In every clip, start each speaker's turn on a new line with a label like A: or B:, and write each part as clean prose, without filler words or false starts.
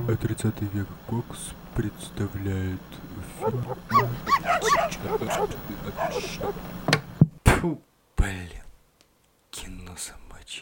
A: А 30 век Кокс представляет фильм...
B: Фу, блин. Кино собачье.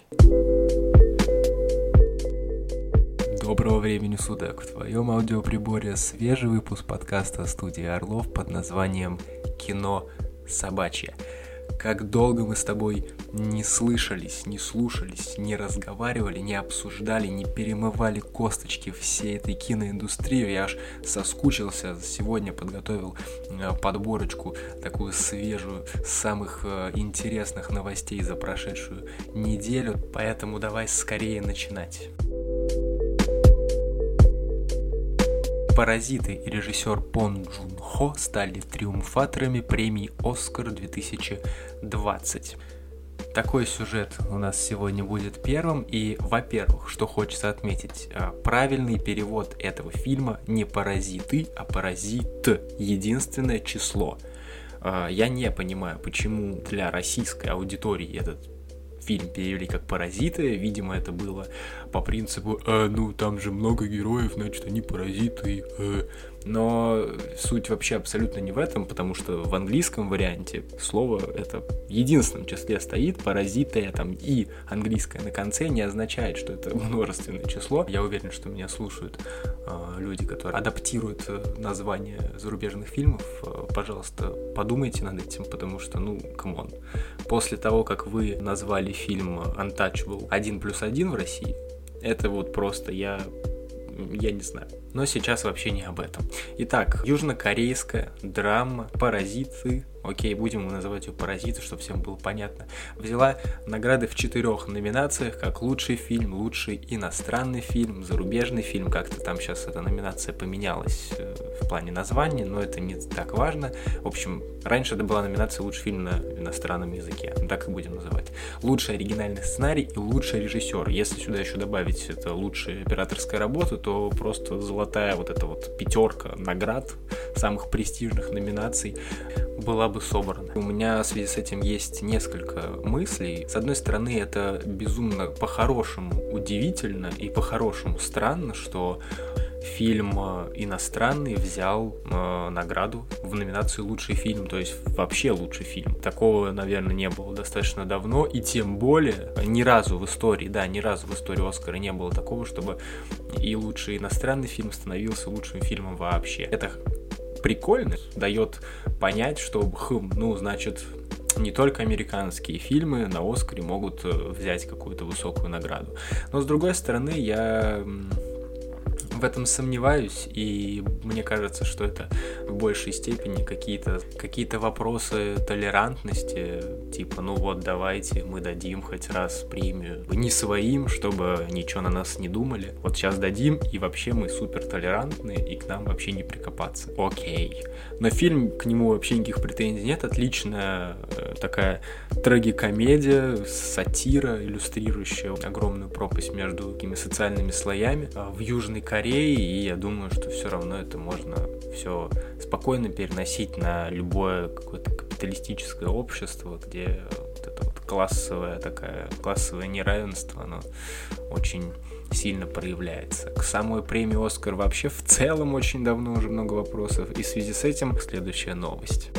B: Доброго времени суток. В твоем аудиоприборе свежий выпуск подкаста студии Орлов под названием «Кино собачье». Как долго мы с тобой не слышались, не слушались, не разговаривали, не обсуждали, не перемывали косточки всей этой киноиндустрии. Я аж соскучился. Сегодня подготовил подборочку такую свежую, самых интересных новостей за прошедшую неделю. Поэтому давай скорее начинать. «Паразиты» и режиссер Пон Джун Хо стали триумфаторами премии «Оскар» 2020. Такой сюжет у нас сегодня будет первым. И, во-первых, что хочется отметить, правильный перевод этого фильма не «Паразиты», а «Паразит». Единственное число. Я не понимаю, почему для российской аудитории этот фильм перевели как «Паразиты». Видимо, это было по принципу там же много героев, значит, они паразиты. Но суть вообще абсолютно не в этом, потому что в английском варианте слово это в единственном числе стоит, паразиты, там и английское на конце не означает, что это множественное число. Я уверен, что меня слушают люди, которые адаптируют названия зарубежных фильмов. Пожалуйста, подумайте над этим, потому что, камон. После того, как вы назвали фильм Untouchable 1+1 в России, это вот просто я не знаю. Но сейчас вообще не об этом. Итак, южнокорейская драма «Паразиты». Окей, будем называть ее «Паразиты», чтобы всем было понятно. Взяла награды в 4 номинациях, как лучший фильм, лучший иностранный фильм, зарубежный фильм. Как-то там сейчас эта номинация поменялась в плане названия, но это не так важно. В общем, раньше это была номинация «Лучший фильм на иностранном языке». Так и будем называть. Лучший оригинальный сценарий и лучший режиссер. Если сюда еще добавить это лучшая операторская работа, то просто золотая вот эта вот 5 наград самых престижных номинаций была бы собрана. У меня в связи с этим есть несколько мыслей. С одной стороны, это безумно по-хорошему удивительно и по-хорошему странно, что фильм иностранный взял награду в номинации «Лучший фильм», то есть вообще лучший фильм. Такого, наверное, не было достаточно давно, и тем более ни разу в истории Оскара не было такого, чтобы и лучший иностранный фильм становился лучшим фильмом вообще. Это прикольно, дает понять, что, значит, не только американские фильмы на Оскаре могут взять какую-то высокую награду. Но, с другой стороны, я в этом сомневаюсь, и мне кажется, что это в большей степени какие-то вопросы толерантности, типа, давайте мы дадим хоть раз премию не своим, чтобы ничего на нас не думали. Вот сейчас дадим, и вообще мы супер толерантные, и к нам вообще не прикопаться. Окей. Но фильм, к нему вообще никаких претензий нет. Отличная такая трагикомедия, сатира, иллюстрирующая огромную пропасть между такими социальными слоями в Южной Корее, и я думаю, что все равно это можно все спокойно переносить на любое какое-то капиталистическое общество, где вот это вот классовое неравенство, оно очень сильно проявляется. К самой премии «Оскар» вообще в целом очень давно уже много вопросов, и в связи с этим следующая новость.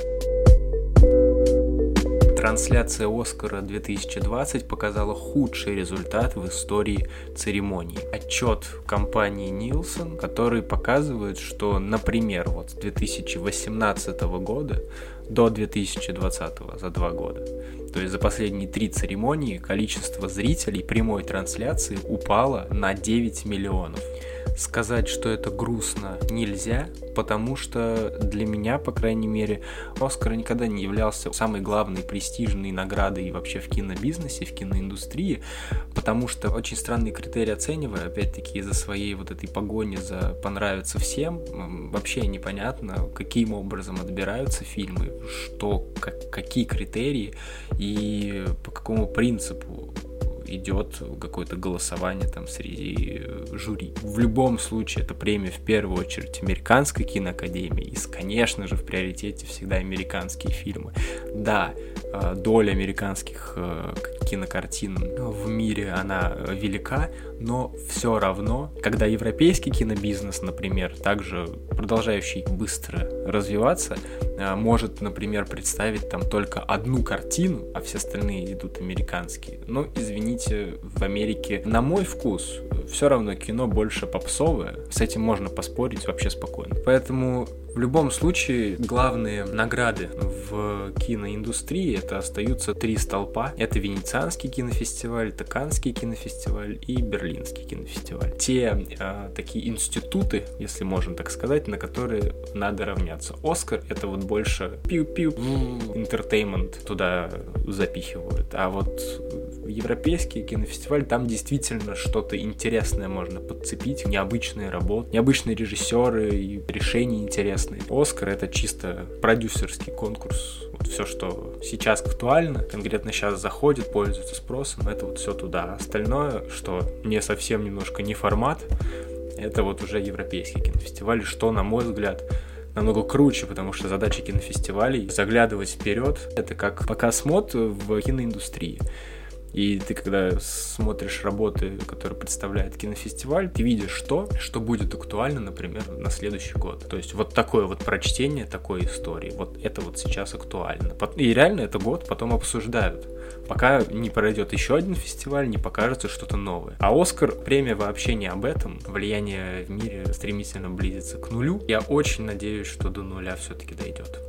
B: Трансляция «Оскара» 2020 показала худший результат в истории церемонии. Отчет компании Nielsen, который показывает, что, например, с 2018 года до 2020 за 2 года, то есть за последние 3 церемонии, количество зрителей прямой трансляции упало на 9 миллионов. Сказать, что это грустно, нельзя, потому что для меня, по крайней мере, «Оскар» никогда не являлся самой главной престижной наградой вообще в кинобизнесе, в киноиндустрии, потому что очень странные критерии оценивая, опять-таки из-за своей вот этой погони за понравиться всем, вообще непонятно, каким образом отбираются фильмы, какие критерии и по какому принципу идет какое-то голосование там среди жюри. В любом случае, это премия в первую очередь американской киноакадемии, и, конечно же, в приоритете всегда американские фильмы. Да, доля американских кинокартин в мире, она велика, но все равно, когда европейский кинобизнес, например, также продолжающий быстро развиваться, может, например, представить там только одну картину, а все остальные идут американские. Но, извините, в Америке, на мой вкус, все равно кино больше попсовое. С этим можно поспорить вообще спокойно. Поэтому в любом случае главные награды в киноиндустрии это остаются 3 столпа. Это Венецианский кинофестиваль, это Каннский кинофестиваль и Берлинский кинофестиваль. Те такие институты, если можно так сказать, на которые надо равняться. Оскар — это вот больше пиу-пиу, entertainment туда запихивают. А вот европейский кинофестиваль, там действительно что-то интересное можно подцепить, необычные работы, необычные режиссеры и решения интересные. Оскар — это чисто продюсерский конкурс. Вот все, что сейчас актуально, конкретно сейчас заходит, пользуется спросом, это вот все туда. Остальное, что не совсем немножко не формат, это вот уже европейский кинофестиваль, что, на мой взгляд, намного круче, потому что задача кинофестивалей — заглядывать вперед. Это как показ мод в киноиндустрии. И ты, когда смотришь работы, которые представляет кинофестиваль, ты видишь то, что будет актуально, например, на следующий год. То есть вот такое вот прочтение такой истории, вот это вот сейчас актуально. И реально это год потом обсуждают, пока не пройдет еще один фестиваль, не покажется что-то новое. А Оскар — премия вообще не об этом. Влияние в мире стремительно близится к нулю. Я очень надеюсь, что до нуля все-таки дойдет.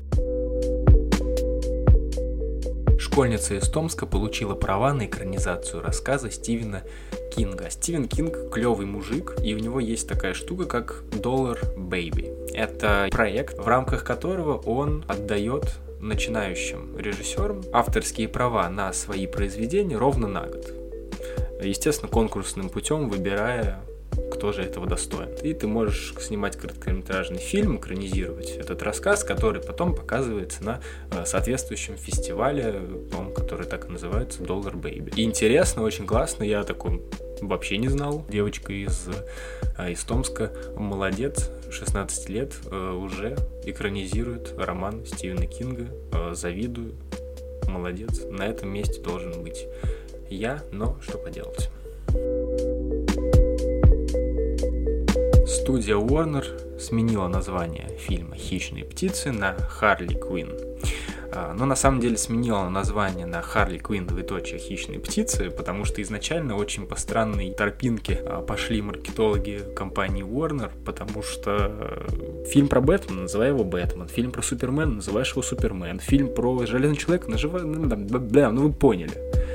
B: Школьница из Томска получила права на экранизацию рассказа Стивена Кинга. Стивен Кинг — клевый мужик, и у него есть такая штука, как Dollar Baby. Это проект, в рамках которого он отдает начинающим режиссерам авторские права на свои произведения ровно на год. Естественно, конкурсным путем выбирая, кто же этого достоин. И ты можешь снимать короткометражный фильм, экранизировать этот рассказ, который потом показывается на соответствующем фестивале, который так и называется, Dollar Baby. И интересно, очень классно, я такой вообще не знал. Девочка из Томска, молодец, 16 лет, уже экранизирует роман Стивена Кинга, завидую, молодец, на этом месте должен быть я, но что поделать. Студия Warner сменила название фильма «Хищные птицы» на «Харли Квинн». Но на самом деле сменила название на «Харли Квинн, хищные птицы», потому что изначально очень по странной тропинке пошли маркетологи компании Warner, потому что фильм про Бэтмена, называй его Бэтмен, фильм про Супермена, называешь его Супермен, фильм про Железного человека, вы поняли.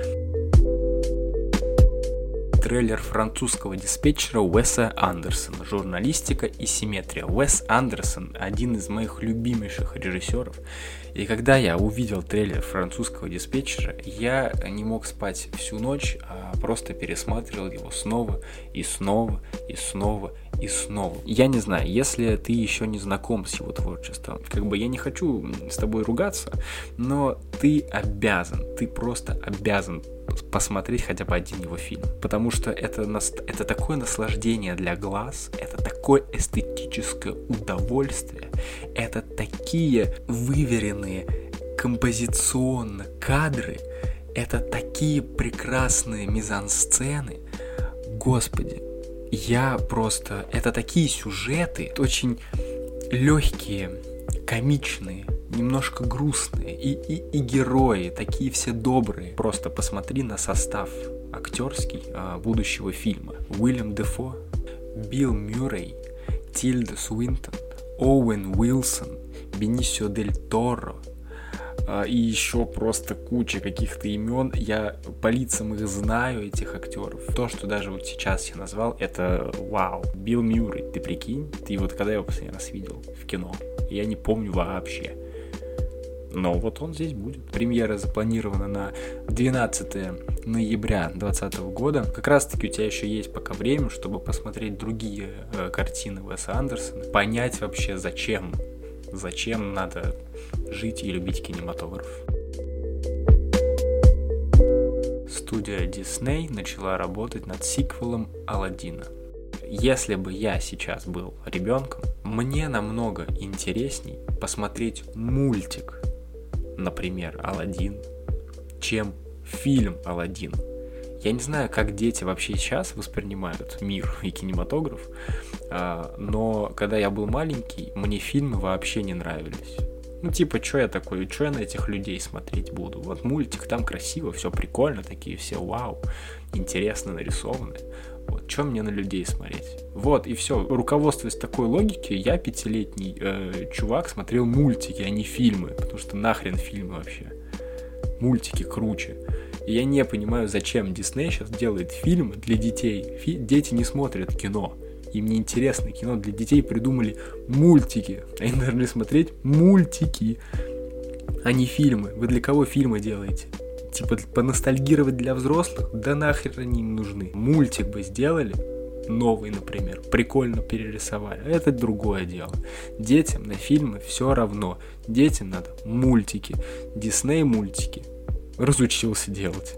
B: Трейлер французского диспетчера Уэса Андерсона. Журналистика и симметрия. Уэс Андерсон — один из моих любимейших режиссеров. И когда я увидел трейлер французского диспетчера, я не мог спать всю ночь, а просто пересматривал его снова и снова и снова и снова. Я не знаю, если ты еще не знаком с его творчеством, я не хочу с тобой ругаться, но ты просто обязан посмотреть хотя бы один его фильм, потому что это такое наслаждение для глаз, это такое эстетическое удовольствие, это такие выверенные композиционно кадры, это такие прекрасные мизансцены, господи, это такие сюжеты, очень легкие, комичные, немножко грустные, и герои такие все добрые. Просто посмотри на состав актерский будущего фильма. Уильям Дефо, Билл Мюррей, Тильда Суинтон, Оуэн Уилсон, Бенисио Дель Торо, и еще просто куча каких-то имен. Я по лицам их знаю, этих актеров. То, что даже вот сейчас я назвал, это вау. Билл Мюррей, ты прикинь, ты вот когда я его последний раз видел в кино, я не помню вообще. Но вот он здесь будет. Премьера запланирована на 12 ноября 2020 года. Как раз таки у тебя еще есть пока время, чтобы посмотреть другие картины Уэса Андерсона, понять вообще зачем надо жить и любить кинематограф. Студия Disney начала работать над сиквелом Аладдина. Если бы я сейчас был ребенком, мне намного интересней посмотреть мультик, например, Аладдин, чем фильм «Аладдин». Я не знаю, как дети вообще сейчас воспринимают мир и кинематограф, но когда я был маленький, мне фильмы вообще не нравились. Ну, типа, что я такой, что я на этих людей смотреть буду? Вот мультик, там красиво, все прикольно, такие все, вау, интересно нарисованы. Вот, что мне на людей смотреть? Вот, и все. Руководствуясь такой логики, я 5-летний чувак смотрел мультики, а не фильмы, потому что нахрен фильмы вообще. Мультики круче. И я не понимаю, зачем Дисней сейчас делает фильмы для детей. Дети не смотрят кино. Им не интересно кино. Для детей придумали мультики. Они должны смотреть мультики, а не фильмы. Вы для кого фильмы делаете? Типа поностальгировать для взрослых? Да нахер они им нужны. Мультик бы сделали, новый, например, прикольно перерисовали. Это другое дело. Детям на фильмы все равно. Детям надо мультики. Дисней мультики разучился делать.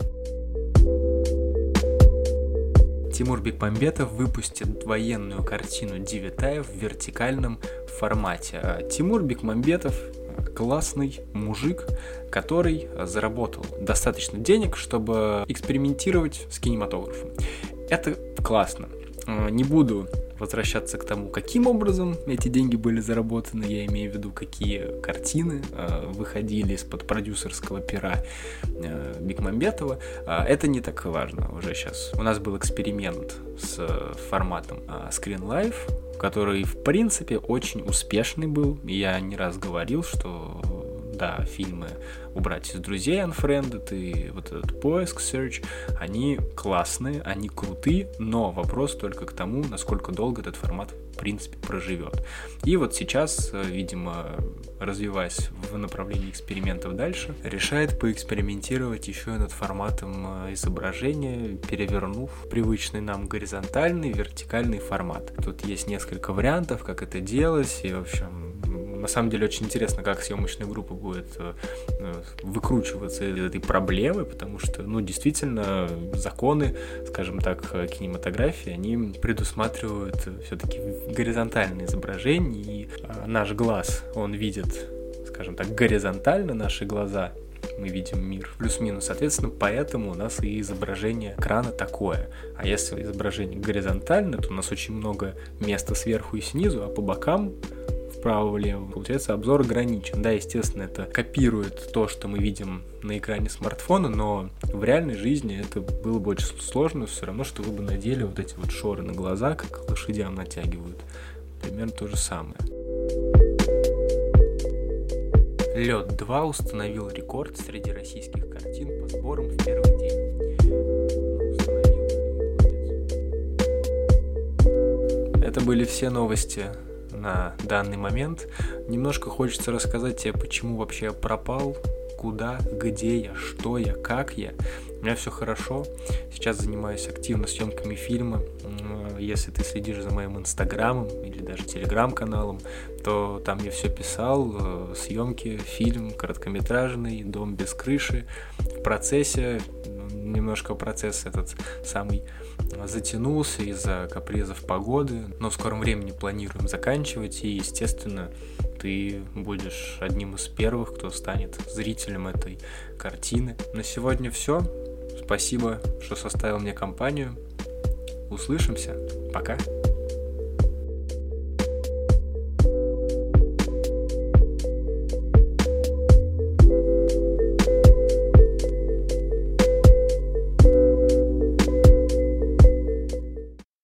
B: Тимур Бекмамбетов выпустит военную картину Девятаев в вертикальном формате. Тимур Бекмамбетов классный мужик, который заработал достаточно денег, чтобы экспериментировать с кинематографом. Это классно. Не буду возвращаться к тому, каким образом эти деньги были заработаны, я имею в виду, какие картины выходили из-под продюсерского пера Бекмамбетова. Это не так важно уже сейчас. У нас был эксперимент с форматом Screen Live, который, в принципе, очень успешный был. Я не раз говорил, что да, фильмы «Убрать из друзей» Unfriended и вот этот поиск, Search, они классные, они крутые, но вопрос только к тому, насколько долго этот формат в принципе проживет. И вот сейчас, видимо, развиваясь в направлении экспериментов дальше, решает поэкспериментировать еще и над форматом изображения, перевернув привычный нам горизонтальный, вертикальный формат. Тут есть несколько вариантов, как это делать, и, в общем, на самом деле очень интересно, как съемочная группа будет выкручиваться из этой проблемы, потому что, ну, действительно, законы, скажем так, кинематографии, они предусматривают все-таки горизонтальное изображение, и наш глаз, он видит, скажем так, горизонтально наши глаза, мы видим мир плюс-минус, соответственно, поэтому у нас и изображение экрана такое. А если изображение горизонтальное, то у нас очень много места сверху и снизу, а по бокам вправо-влево, получается, обзор ограничен. Да, естественно, это копирует то, что мы видим на экране смартфона, но в реальной жизни это было бы очень сложно, все равно, что вы бы надели вот эти вот шоры на глаза, как лошадям натягивают. Примерно то же самое. «Лед 2» установил рекорд среди российских картин по сборам в первый день. Это были все новости на данный момент. Немножко хочется рассказать тебе, почему вообще я пропал, куда, где я, что я, как я. У меня все хорошо. Сейчас занимаюсь активно съемками фильма. Если ты следишь за моим инстаграмом или даже телеграм-каналом, то там я все писал. Съемки, фильм короткометражный, «Дом без крыши». В процессе, немножко процесс этот самый затянулся из-за капризов погоды, но в скором времени планируем заканчивать, и, естественно, ты будешь одним из первых, кто станет зрителем этой картины. На сегодня все. Спасибо, что составил мне компанию. Услышимся. Пока.